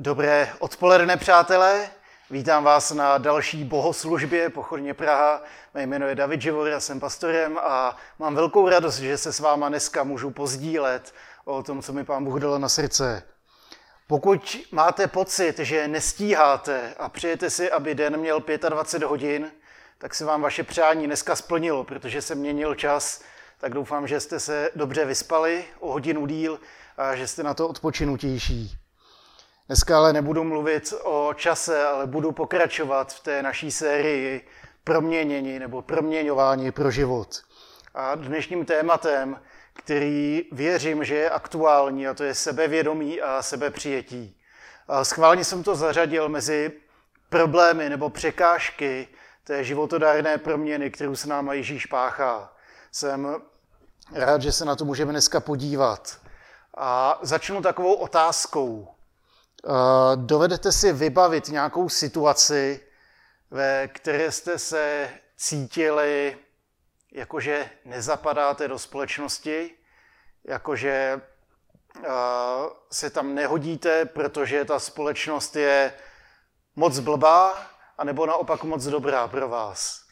Dobré odpoledne, přátelé. Vítám vás na další bohoslužbě Pochodně Praha. Mé jméno je David Živor, já jsem pastorem a mám velkou radost, že se s váma dneska můžu pozdílet o tom, co mi Pán Bůh dal na srdce. Pokud máte pocit, že nestíháte a přejete si, aby den měl 25 hodin, tak se vám vaše přání dneska splnilo, protože se měnil čas, tak doufám, že jste se dobře vyspali o hodinu díl a že jste na to odpočinutější. Dneska ale nebudu mluvit o čase, ale budu pokračovat v té naší sérii proměnění nebo proměňování pro život. A dnešním tématem, který věřím, že je aktuální, a to je sebevědomí a sebepřijetí. A schválně jsem to zařadil mezi problémy nebo překážky té životodárné proměny, kterou s náma Ježíš páchá. Jsem rád, že se na to můžeme dneska podívat. A začnu takovou otázkou. Dovedete si vybavit nějakou situaci, ve které jste se cítili, jakože nezapadáte do společnosti, jakože se tam nehodíte, protože ta společnost je moc blbá, anebo naopak moc dobrá pro vás?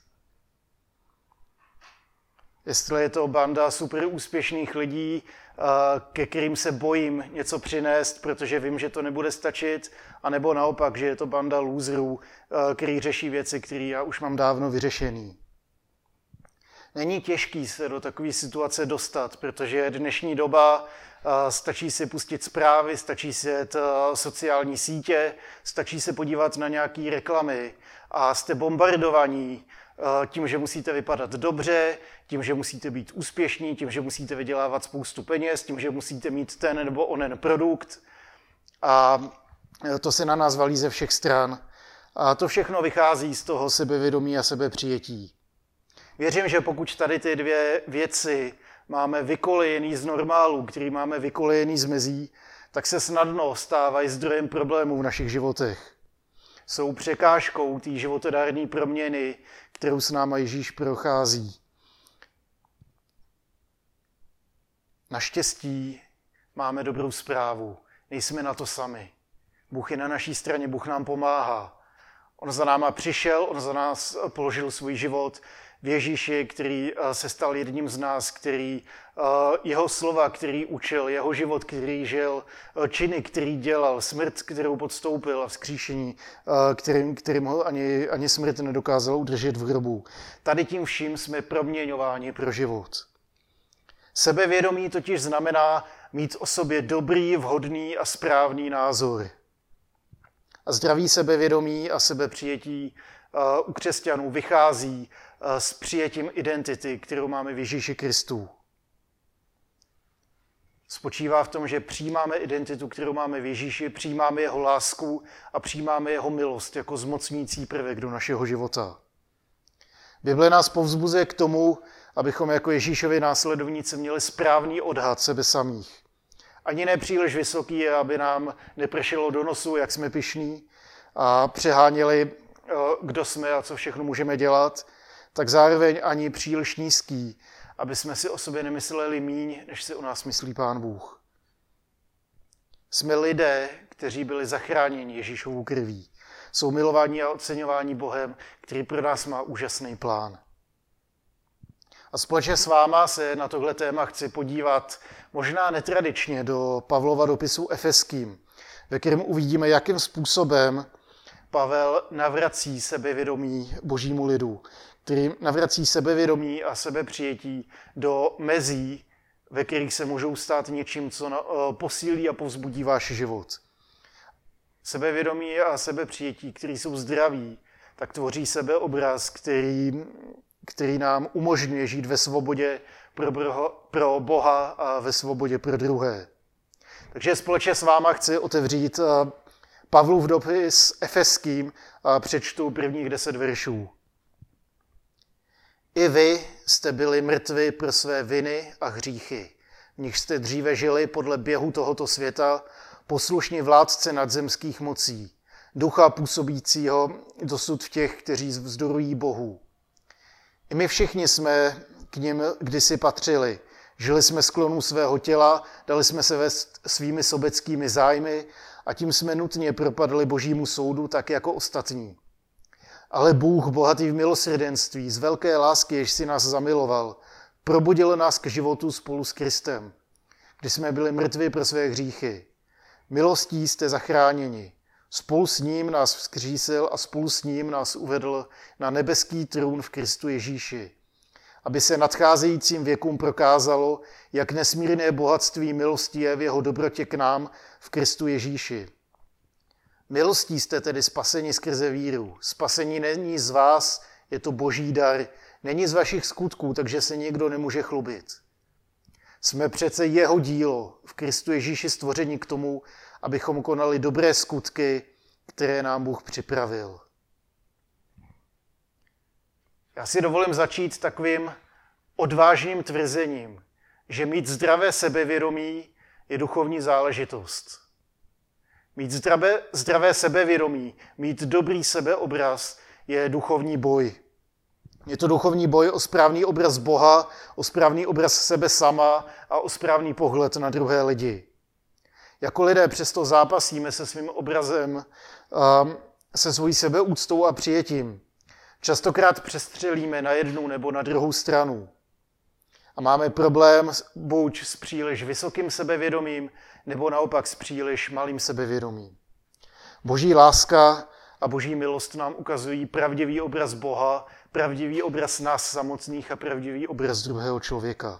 Jestli je to banda super úspěšných lidí, ke kterým se bojím něco přinést, protože vím, že to nebude stačit, anebo naopak, že je to banda lůzrů, který řeší věci, které já už mám dávno vyřešený. Není těžký se do takové situace dostat, protože dnešní doba stačí si pustit zprávy, stačí si jet sociální sítě, stačí se podívat na nějaké reklamy a jste bombardovaní tím, že musíte vypadat dobře, tím, že musíte být úspěšní, tím, že musíte vydělávat spoustu peněz, tím, že musíte mít ten nebo onen produkt. A to se na nás valí ze všech stran. A to všechno vychází z toho sebevědomí a sebepřijetí. Věřím, že pokud tady ty dvě věci máme vykolejený z normálu, který máme vykolejený z mezí, tak se snadno stávají zdrojem problémů v našich životech. Jsou překážkou té životodárné proměny, kterou s náma Ježíš prochází. Naštěstí máme dobrou zprávu. Nejsme na to sami. Bůh je na naší straně, Bůh nám pomáhá. On za náma přišel, on za nás položil svůj život v Ježíši, který se stal jedním z nás, který jeho slova, který učil, jeho život, který žil, činy, který dělal, smrt, kterou podstoupil a vzkříšení, kterým ho ani smrt nedokázala udržet v hrobu. Tady tím vším jsme proměňováni pro život. Sebevědomí totiž znamená mít o sobě dobrý, vhodný a správný názor. A zdravý sebevědomí a sebepřijetí u křesťanů vychází s přijetím identity, kterou máme v Ježíši Kristu. Spočívá v tom, že přijímáme identitu, kterou máme v Ježíši, přijímáme jeho lásku a přijímáme jeho milost jako zmocnící prvek do našeho života. Bible nás povzbuzuje k tomu, abychom jako Ježíšovi následovníci měli správný odhad sebe samých. Ani nepříliš vysoký, aby nám nepršelo do nosu, jak jsme pyšní a přeháněli, kdo jsme a co všechno můžeme dělat, tak zároveň ani příliš nízký, aby jsme si o sobě nemysleli míň, než si o nás myslí Pán Bůh. Jsme lidé, kteří byli zachráněni Ježíšovou krví. Jsou milováni a oceňováni Bohem, který pro nás má úžasný plán. A společně s váma se na tohle téma chci podívat možná netradičně do Pavlova dopisu Efeským, ve kterém uvidíme, jakým způsobem Pavel navrací sebevědomí božímu lidu, který navrací sebevědomí a sebepřijetí do mezí, ve kterých se můžou stát něčím, co posílí a povzbudí váš život. Sebevědomí a sebepřijetí, který jsou zdraví, tak tvoří sebeobraz, který nám umožňuje žít ve svobodě pro Boha a ve svobodě pro druhé. Takže společně s váma chci otevřít Pavlův dopis Efeským a přečtu prvních 10 veršů. I vy jste byli mrtvi pro své viny a hříchy, v nich jste dříve žili podle běhu tohoto světa, poslušní vládce nadzemských mocí, ducha působícího dosud v těch, kteří vzdorují Bohu. I my všichni jsme k nim kdysi patřili. Žili jsme sklonů svého těla, dali jsme se vést svými sobeckými zájmy a tím jsme nutně propadli Božímu soudu tak jako ostatní. Ale Bůh, bohatý v milosrdenství, z velké lásky, jež si nás zamiloval, probudil nás k životu spolu s Kristem, když jsme byli mrtví pro své hříchy. Milostí jste zachráněni. Spolu s ním nás vzkřísil a spolu s ním nás uvedl na nebeský trůn v Kristu Ježíši, aby se nadcházejícím věkům prokázalo, jak nesmírné bohatství milosti je v jeho dobrotě k nám v Kristu Ježíši. Milostí jste tedy spaseni skrze víru. Spasení není z vás, je to Boží dar, není z vašich skutků, takže se nikdo nemůže chlubit. Jsme přece jeho dílo v Kristu Ježíši stvoření k tomu, abychom konali dobré skutky, které nám Bůh připravil. Já si dovolím začít takovým odvážným tvrzením, že mít zdravé sebevědomí je duchovní záležitost. Mít zdravé sebevědomí, mít dobrý sebeobraz je duchovní boj. Je to duchovní boj o správný obraz Boha, o správný obraz sebe sama a o správný pohled na druhé lidi. Jako lidé přesto zápasíme se svým obrazem, se svojí sebeúctou a přijetím. Častokrát přestřelíme na jednu nebo na druhou stranu. A máme problém buď s příliš vysokým sebevědomím, nebo naopak s příliš malým sebevědomím. Boží láska a Boží milost nám ukazují pravdivý obraz Boha, pravdivý obraz nás samotných a pravdivý obraz druhého člověka.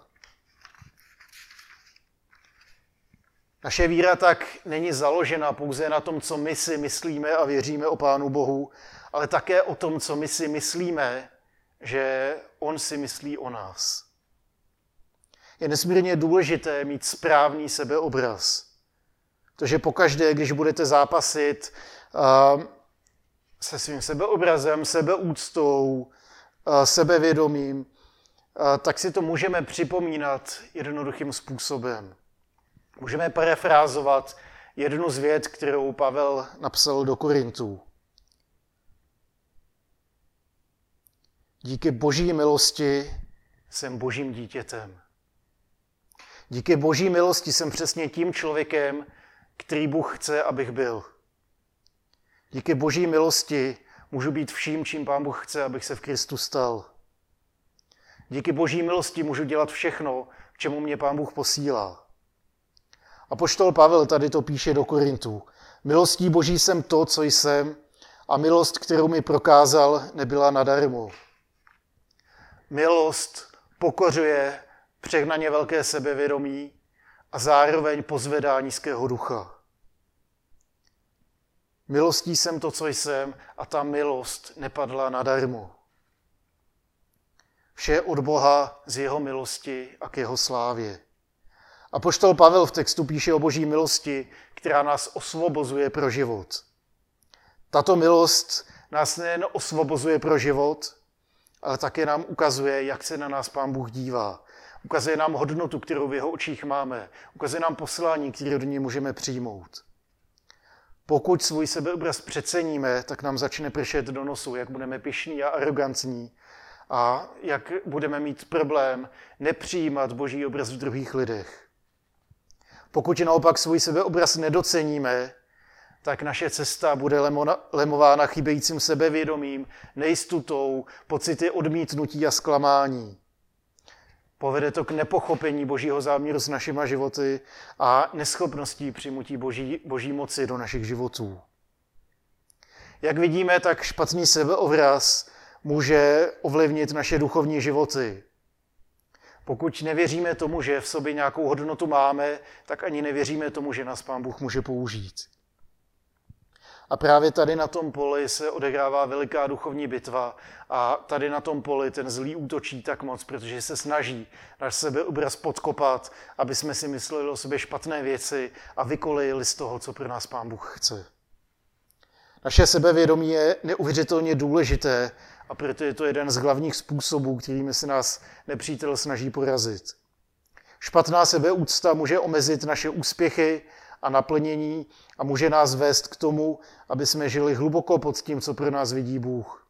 Naše víra tak není založena pouze na tom, co my si myslíme a věříme o Pánu Bohu, ale také o tom, co my si myslíme, že on si myslí o nás. Je nesmírně důležité mít správný sebeobraz. Protože pokaždé, když budete zápasit se svým sebeobrazem, sebeúctou, sebevědomím, tak si to můžeme připomínat jednoduchým způsobem. Můžeme parafrázovat jednu z vět, kterou Pavel napsal do Korintů. Díky Boží milosti jsem Božím dítětem. Díky Boží milosti jsem přesně tím člověkem, který Bůh chce, abych byl. Díky Boží milosti můžu být vším, čím Pán Bůh chce, abych se v Kristu stal. Díky Boží milosti můžu dělat všechno, k čemu mě Pán Bůh posílá. Apoštol Pavel tady to píše do Korintů. Milostí Boží jsem to, co jsem, a milost, kterou mi prokázal, nebyla nadarmo. Milost pokořuje přehnaně velké sebevědomí a zároveň pozvedá nízkého ducha. Milostí jsem to, co jsem, a ta milost nepadla nadarmo. Vše od Boha z jeho milosti a k jeho slávě. Apoštol Pavel v textu píše o Boží milosti, která nás osvobozuje pro život. Tato milost nás nejen osvobozuje pro život, ale také nám ukazuje, jak se na nás Pán Bůh dívá. Ukazuje nám hodnotu, kterou v jeho očích máme. Ukazuje nám poslání, které od něj můžeme přijmout. Pokud svůj sebeobraz přeceníme, tak nám začne pršet do nosu, jak budeme pyšní a arrogantní a jak budeme mít problém nepřijímat Boží obraz v druhých lidech. Pokud naopak svůj sebeobraz nedoceníme, tak naše cesta bude lemována chybějícím sebevědomím, nejistotou, pocity odmítnutí a zklamání. Povede to k nepochopení Božího záměru s našima životy a neschopností přijmutí Boží moci do našich životů. Jak vidíme, tak špatný sebeobraz může ovlivnit naše duchovní životy. Pokud nevěříme tomu, že v sobě nějakou hodnotu máme, tak ani nevěříme tomu, že nás Pán Bůh může použít. A právě tady na tom poli se odehrává veliká duchovní bitva a tady na tom poli ten zlý útočí tak moc, protože se snaží náš sebeobraz podkopat, aby jsme si mysleli o sobě špatné věci a vykolejili z toho, co pro nás Pán Bůh chce. Naše sebevědomí je neuvěřitelně důležité a proto je to jeden z hlavních způsobů, kterými se nás nepřítel snaží porazit. Špatná sebeúcta může omezit naše úspěchy a naplnění a může nás vést k tomu, aby jsme žili hluboko pod tím, co pro nás vidí Bůh.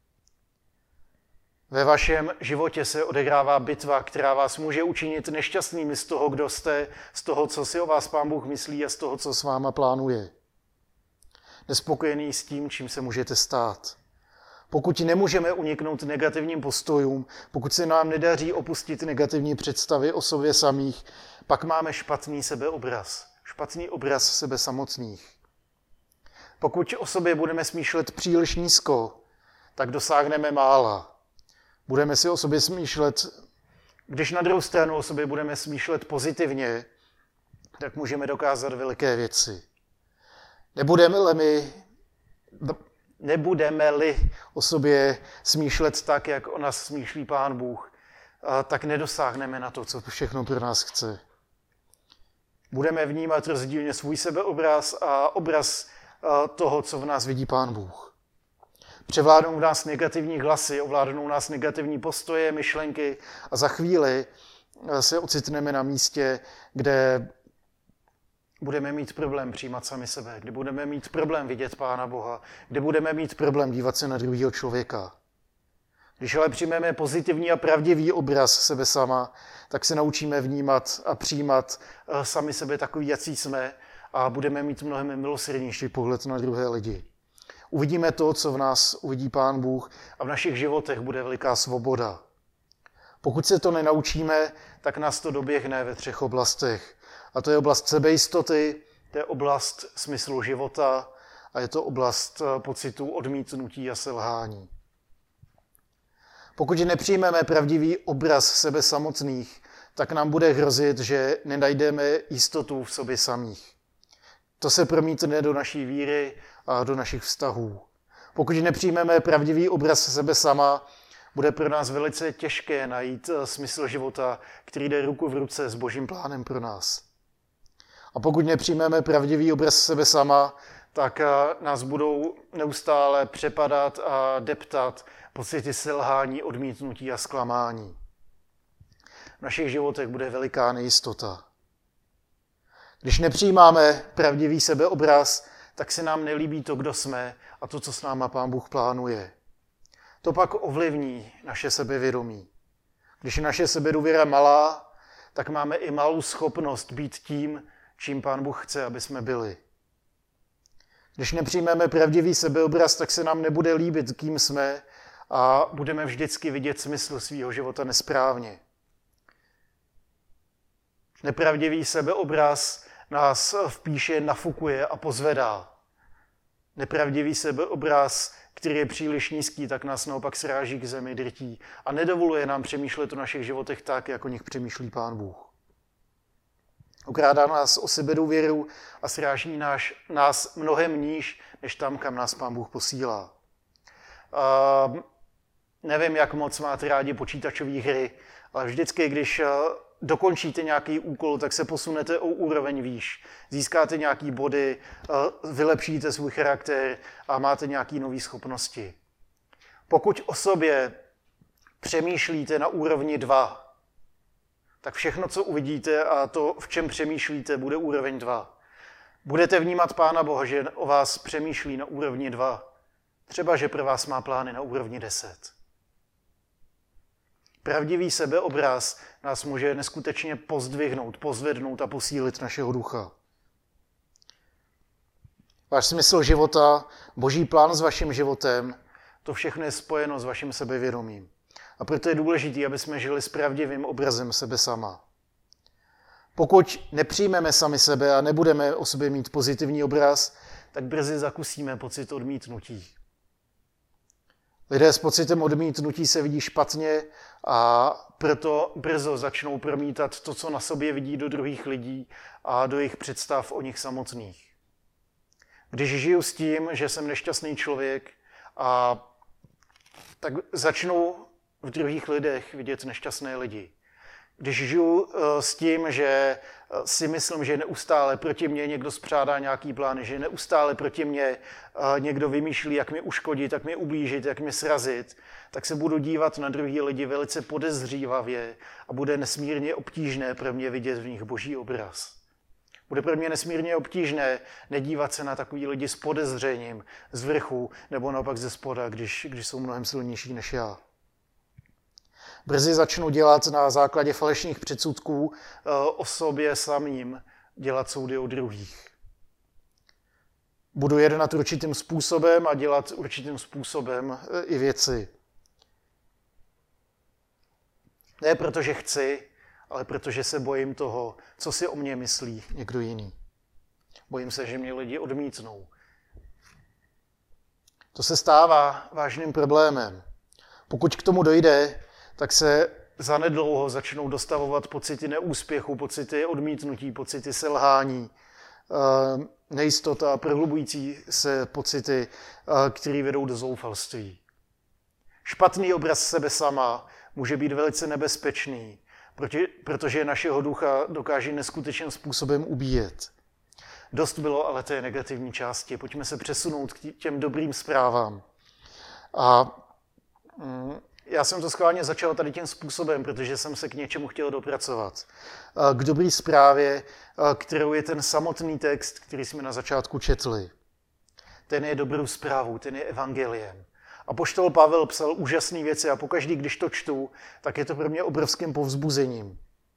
Ve vašem životě se odehrává bitva, která vás může učinit nešťastnými z toho, kdo jste, z toho, co si o vás Pán Bůh myslí a z toho, co s váma plánuje. nespokojený s tím, čím se můžete stát. Pokud nemůžeme uniknout negativním postojům, pokud se nám nedaří opustit negativní představy o sobě samých, pak máme špatný sebeobraz, špatný obraz sebe samotných. Pokud o sobě budeme smýšlet příliš nízko, tak dosáhneme mála. Budeme si o sobě smýšlet, když na druhou stranu o sobě budeme smýšlet pozitivně, tak můžeme dokázat veliké věci. Nebudeme-li o sobě smýšlet tak, jak o nás smýšlí Pán Bůh, tak nedosáhneme na to, co všechno pro nás chce. Budeme vnímat rozdílně svůj sebeobraz a obraz toho, co v nás vidí Pán Bůh. Převládnou v nás negativní hlasy, ovládnou nás negativní postoje, myšlenky a za chvíli se ocitneme na místě, kde budeme mít problém přijímat sami sebe, kde budeme mít problém vidět Pána Boha, kde budeme mít problém dívat se na druhého člověka. Když ale přijmeme pozitivní a pravdivý obraz sebe sama, tak se naučíme vnímat a přijímat sami sebe takový, jací jsme, a budeme mít mnohem milosrdnější pohled na druhé lidi. Uvidíme to, co v nás uvidí Pán Bůh, a v našich životech bude veliká svoboda. Pokud se to nenaučíme, tak nás to doběhne ve 3 oblastech. A to je oblast sebejistoty, to je oblast smyslu života a je to oblast pocitu odmítnutí a selhání. Pokud nepřijmeme pravdivý obraz sebe samotných, tak nám bude hrozit, že nenajdeme jistotu v sobě samých. To se promítne do naší víry a do našich vztahů. Pokud nepřijmeme pravdivý obraz sebe sama, bude pro nás velice těžké najít smysl života, který jde ruku v ruce s Božím plánem pro nás. A pokud nepřijmeme pravdivý obraz sebe sama, tak nás budou neustále přepadat a deptat pocity selhání, odmítnutí a zklamání. V našich životech bude veliká nejistota. Když nepřijímáme pravdivý sebeobraz, tak se nám nelíbí to, kdo jsme a to, co s náma Pán Bůh plánuje. To pak ovlivní naše sebevědomí. Když je naše sebedůvěra malá, tak máme i malou schopnost být tím, čím Pán Bůh chce, aby jsme byli. Když nepřijmeme pravdivý sebeobraz, tak se nám nebude líbit, kým jsme, a budeme vždycky vidět smysl svého života nesprávně. Nepravdivý sebeobraz nás v píše nafukuje a pozvedá. Nepravdivý sebeobraz, který je příliš nízký, tak nás naopak sráží k zemi, drtí a nedovoluje nám přemýšlet o našich životech tak, jak o nich přemýšlí Pán Bůh. Okrádá nás o sebedůvěru a sráží nás mnohem níž, než tam, kam nás Pán Bůh posílá. Nevím, jak moc máte rádi počítačové hry, ale vždycky, když dokončíte nějaký úkol, tak se posunete o úroveň výš. Získáte nějaký body, vylepšíte svůj charakter a máte nějaké nové schopnosti. Pokud o sobě přemýšlíte na úrovni 2, tak všechno, co uvidíte a to, v čem přemýšlíte, bude úroveň 2. Budete vnímat Pána Boha, že o vás přemýšlí na úrovni 2. Třeba, že pro vás má plány na úrovni 10. Pravdivý sebeobraz nás může neskutečně pozdvihnout, pozvednout a posílit našeho ducha. Váš smysl života, Boží plán s vaším životem, to všechno je spojeno s vaším sebevědomím. A proto je důležité, aby jsme žili s pravdivým obrazem sebe sama. Pokud nepřijmeme sami sebe a nebudeme o sobě mít pozitivní obraz, tak brzy zakusíme pocit odmítnutí. Lidé s pocitem odmítnutí se vidí špatně a proto brzo začnou promítat to, co na sobě vidí, do druhých lidí a do jejich představ o nich samotných. Když žiju s tím, že jsem nešťastný člověk, tak začnu v druhých lidech vidět nešťastné lidi. Když žiju s tím, že si myslím, že neustále proti mně někdo spřádá nějaký plány, že neustále proti mně někdo vymýšlí, jak mě uškodit, jak mě ublížit, jak mě srazit, tak se budu dívat na druhý lidi velice podezřívavě a bude nesmírně obtížné pro mě vidět v nich Boží obraz. Bude pro mě nesmírně obtížné nedívat se na takový lidi s podezřením z vrchu nebo naopak ze spoda, když jsou mnohem silnější než já. Brzy začnu dělat na základě falešných Budu jednat určitým způsobem a dělat určitým způsobem i věci. Ne protože chci, ale protože se bojím toho, co si o mně myslí někdo jiný. Bojím se, že mě lidi odmítnou. To se stává vážným problémem. Pokud k tomu dojde, tak se zanedlouho začnou dostavovat pocity neúspěchu, pocity odmítnutí, pocity selhání, nejistota, prohlubující se pocity, které vedou do zoufalství. Špatný obraz sebe sama může být velice nebezpečný, protože našeho ducha dokáže neskutečným způsobem ubíjet. Dost bylo ale té negativní části. Pojďme se přesunout k těm dobrým zprávám. A já jsem to schválně začal tady tím způsobem, protože jsem se k něčemu chtěl dopracovat. K dobrý zprávě, kterou je ten samotný text, který jsme na začátku četli. Ten je dobrou zprávou, ten je evangeliem. Apoštol Pavel psal úžasné věci a pokaždý, když to čtu, tak je to pro mě obrovským povzbuzením.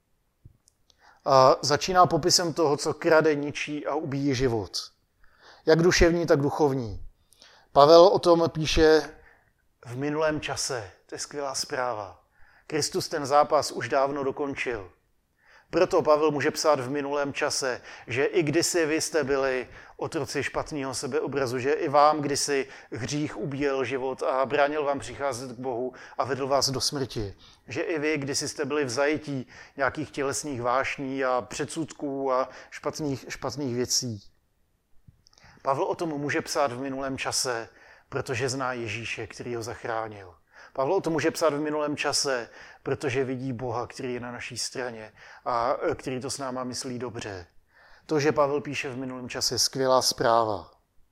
A začíná popisem toho, co krade, ničí a ubíjí život. Jak duševní, tak duchovní. Pavel o tom píše v minulém čase. To je skvělá zpráva. Kristus ten zápas už dávno dokončil. Proto Pavel může psát v minulém čase, že i kdysi vy jste byli otroci špatného sebeobrazu, že i vám kdysi hřích ubíjel život a bránil vám přicházet k Bohu a vedl vás do smrti. Že i vy kdysi jste byli v zajetí nějakých tělesných vášní a předsudků a špatných věcí. Pavel o tom může psát v minulém čase, protože zná Ježíše, který ho zachránil. Pavel o tom může psát v minulém čase, protože vidí Boha, který je na naší straně a který to s náma myslí dobře. To, že Pavel píše v minulém čase, je skvělá zpráva.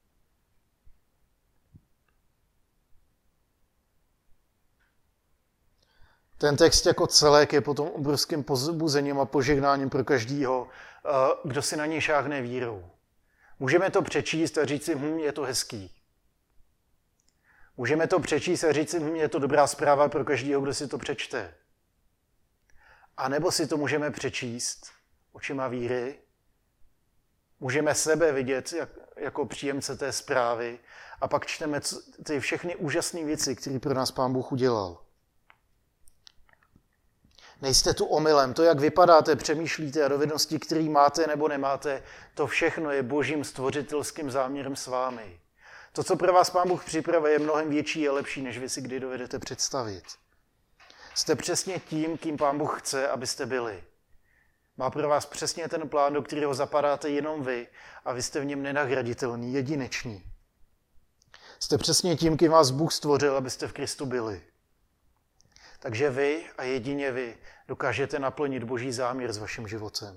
Ten text jako celek je potom obrovským povzbuzením a požehnáním pro každýho, kdo si na něj šáhne vírou. Můžeme to přečíst a říct si, je to hezký. Můžeme to přečíst a říct si, je to dobrá zpráva pro každého, kdo si to přečte. A nebo si to můžeme přečíst očima víry, můžeme sebe vidět jako příjemce té zprávy a pak čteme ty všechny úžasné věci, které pro nás Pán Bůh udělal. Nejste tu omylem. To, jak vypadáte, přemýšlíte a dovednosti, které máte nebo nemáte, to všechno je Božím stvořitelským záměrem s vámi. To, co pro vás Pán Bůh připravuje, je mnohem větší a lepší, než vy si kdy dovedete představit. Jste přesně tím, kým Pán Bůh chce, abyste byli. Má pro vás přesně ten plán, do kterého zapadáte jenom vy a vy jste v něm nenahraditelný, jedinečný. Jste přesně tím, kým vás Bůh stvořil, abyste v Kristu byli. Takže vy a jedině vy dokážete naplnit Boží záměr s vaším životem.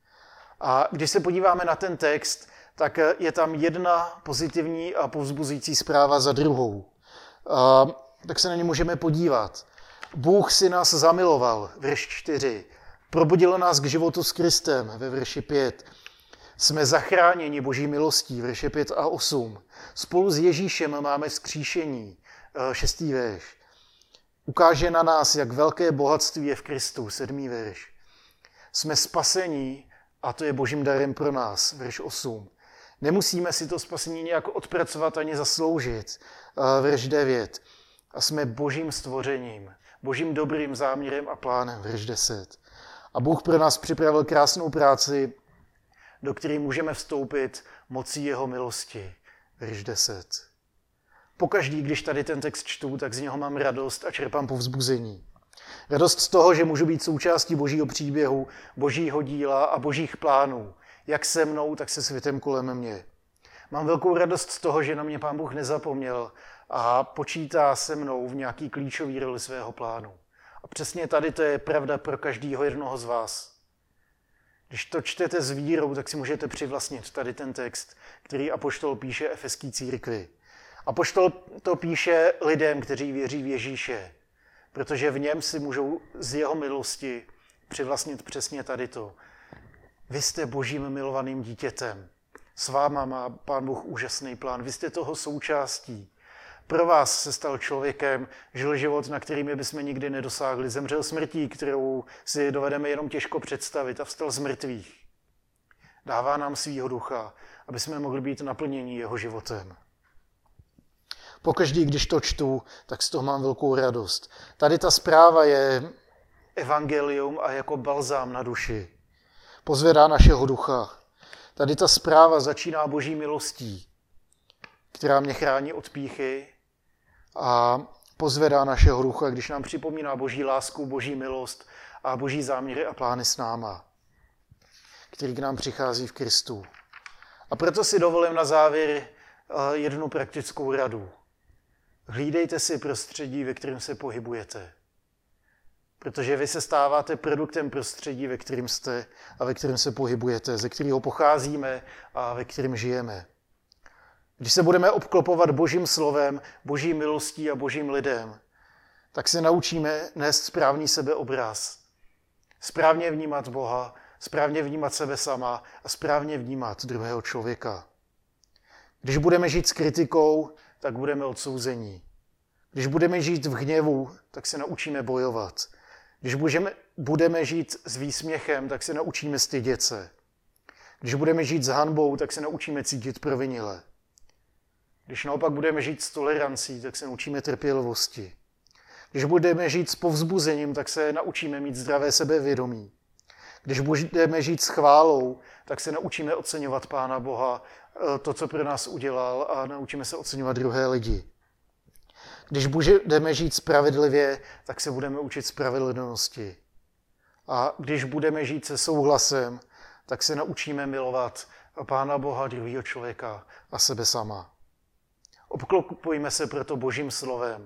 A když se podíváme na ten text, tak je tam jedna pozitivní a povzbuzující zpráva za druhou. Tak se na ně můžeme podívat. Bůh si nás zamiloval, verš 4. Probudil nás k životu s Kristem, ve verši 5. Jsme zachráněni Boží milostí, verše 5 a 8. Spolu s Ježíšem máme vzkříšení, 6. verš. Ukáže na nás, jak velké bohatství je v Kristu, 7. verš. Jsme spasení a to je Božím darem pro nás, verš 8. Nemusíme si to spasení nějak odpracovat ani zasloužit, verš 9. A jsme Božím stvořením, Božím dobrým záměrem a plánem, verš 10. A Bůh pro nás připravil krásnou práci, do které můžeme vstoupit mocí jeho milosti, verš 10. Pokaždý, když tady ten text čtu, tak z něho mám radost a čerpám povzbuzení. Radost z toho, že můžu být součástí Božího příběhu, Božího díla a Božích plánů. Jak se mnou, tak se světem kolem mě. Mám velkou radost z toho, že na mě Pán Bůh nezapomněl a počítá se mnou v nějaký klíčový roli svého plánu. A přesně tady to je pravda pro každého jednoho z vás. Když to čtete s vírou, tak si můžete přivlastnit tady ten text, který apoštol píše efeský církvi. Apoštol to píše lidem, kteří věří v Ježíše, protože v něm si můžou z jeho milosti přivlastnit přesně tady to. Vy jste Božím milovaným dítětem. S váma má Pán Bůh úžasný plán. Vy jste toho součástí. Pro vás se stal člověkem, žil život, na který my bychom nikdy nedosáhli. Zemřel smrtí, kterou si dovedeme jenom těžko představit a vstal z mrtvých. Dává nám svýho ducha, aby jsme mohli být naplněni jeho životem. Pokaždý, když to čtu, tak z toho mám velkou radost. Tady ta zpráva je evangelium a jako balzám na duši. Pozvedá našeho ducha. Tady ta zpráva začíná boží milostí, která mě chrání od pýchy a pozvedá našeho ducha, když nám připomíná boží lásku, boží milost a boží záměry a plány s náma, který k nám přichází v Kristu. A proto si dovolím na závěr jednu praktickou radu. Hlídejte si prostředí, ve kterém se pohybujete. Protože vy se stáváte produktem prostředí, ve kterém jste a ve kterém se pohybujete, ze kterého pocházíme a ve kterém žijeme. Když se budeme obklopovat božím slovem, boží milostí a božím lidem, tak se naučíme nést správný sebeobraz. Správně vnímat Boha, správně vnímat sebe sama a správně vnímat druhého člověka. Když budeme žít s kritikou, tak budeme odsouzení. Když budeme žít v hněvu, tak se naučíme bojovat. Když budeme žít s výsměchem, tak se naučíme stydět se. Když budeme žít s hanbou, tak se naučíme cítit provinile. Když naopak budeme žít s tolerancí, tak se naučíme trpělivosti. Když budeme žít s povzbuzením, tak se naučíme mít zdravé sebevědomí. Když budeme žít s chválou, tak se naučíme oceňovat Pána Boha, to, co pro nás udělal, a naučíme se oceňovat druhé lidi. Když budeme žít spravedlivě, tak se budeme učit spravedlnosti. A když budeme žít se souhlasem, tak se naučíme milovat Pána Boha, druhého člověka a sebe sama. Obklopujme se proto božím slovem,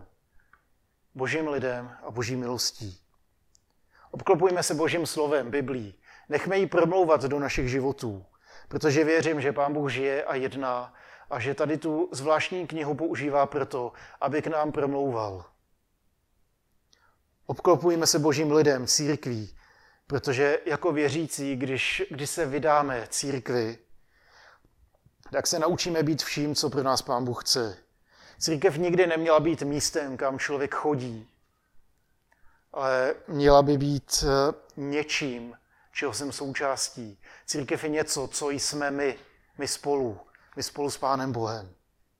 božím lidem a boží milostí. Obklopujme se božím slovem, Biblí. Nechme ji promlouvat do našich životů, protože věřím, že Pán Bůh žije a jedná a že tady tu zvláštní knihu používá proto, aby k nám promlouval. Obklopujme se božím lidem, církví, protože jako věřící, když se vydáme církvi, tak se naučíme být vším, co pro nás Pán Bůh chce. Církev nikdy neměla být místem, kam člověk chodí, ale měla by být něčím, čeho jsem součástí. Církev je něco, co jsme my spolu s Pánem Bohem.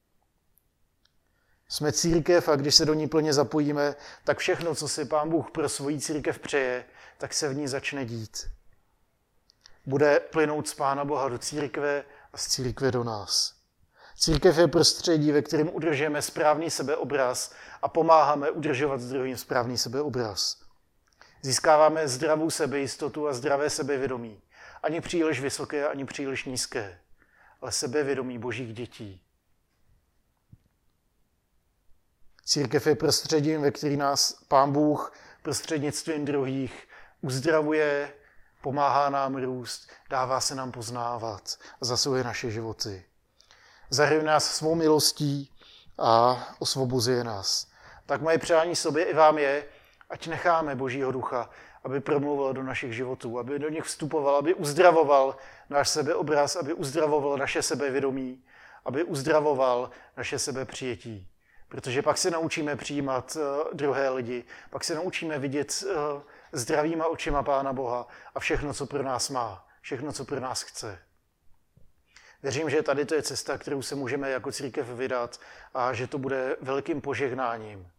Jsme církev a když se do ní plně zapojíme, tak všechno, co si Pán Bůh pro svoji církev přeje, tak se v ní začne dít. Bude plynout z Pána Boha do církve a z církve do nás. Církev je prostředí, ve kterém udržujeme správný sebeobraz a pomáháme udržovat s druhým správný sebeobraz. Získáváme zdravou sebejistotu a zdravé sebevědomí. Ani příliš vysoké, ani příliš nízké, ale sebevědomí božích dětí. Církev je prostředím, ve který nás Pán Bůh prostřednictvím druhých uzdravuje, pomáhá nám růst, dává se nám poznávat a zasahuje naše životy. Zahrnuje nás svou milostí a osvobozuje nás. Tak moje přání sobě i vám je, ať necháme Božího ducha, aby promlouval do našich životů, aby do nich vstupoval, aby uzdravoval náš sebeobraz, aby uzdravoval naše sebevědomí, aby uzdravoval naše sebepřijetí. Protože pak se naučíme přijímat druhé lidi, pak se naučíme vidět zdravýma očima Pána Boha a všechno, co pro nás má, všechno, co pro nás chce. Věřím, že tady to je cesta, kterou se můžeme jako církev vydat a že to bude velkým požehnáním.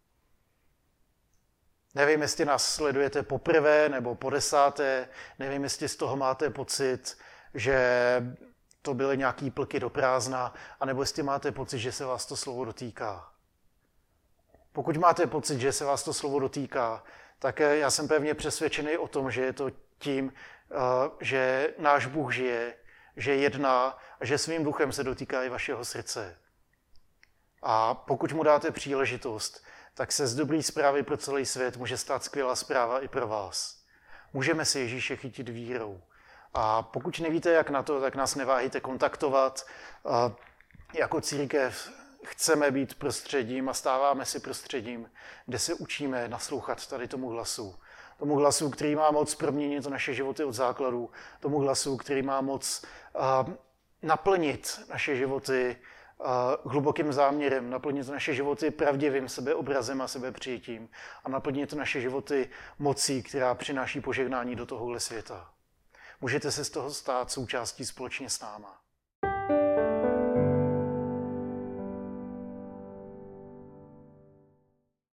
Nevím, jestli nás sledujete poprvé nebo po desáté, nevím, jestli z toho máte pocit, že to byly nějaký plky do prázdna, anebo jestli máte pocit, že se vás to slovo dotýká. Pokud máte pocit, že se vás to slovo dotýká, tak já jsem pevně přesvědčený o tom, že je to tím, že náš Bůh žije, že jedná a že svým duchem se dotýká i vašeho srdce. A pokud mu dáte příležitost, tak se z dobrý zprávy pro celý svět může stát skvělá zpráva i pro vás. Můžeme si Ježíše chytit vírou. A pokud nevíte, jak na to, tak nás neváhejte kontaktovat. Jako církev chceme být prostředím a stáváme si prostředím, kde se učíme naslouchat tady tomu hlasu. Tomu hlasu, který má moc proměnit naše životy od základu. Tomu hlasu, který má moc naplnit naše životy hlubokým záměrem, naplnit naše životy pravdivým sebeobrazem a sebepřijetím a naplnit naše životy mocí, která přináší požehnání do tohohle světa. můžete se z toho stát součástí společně s náma.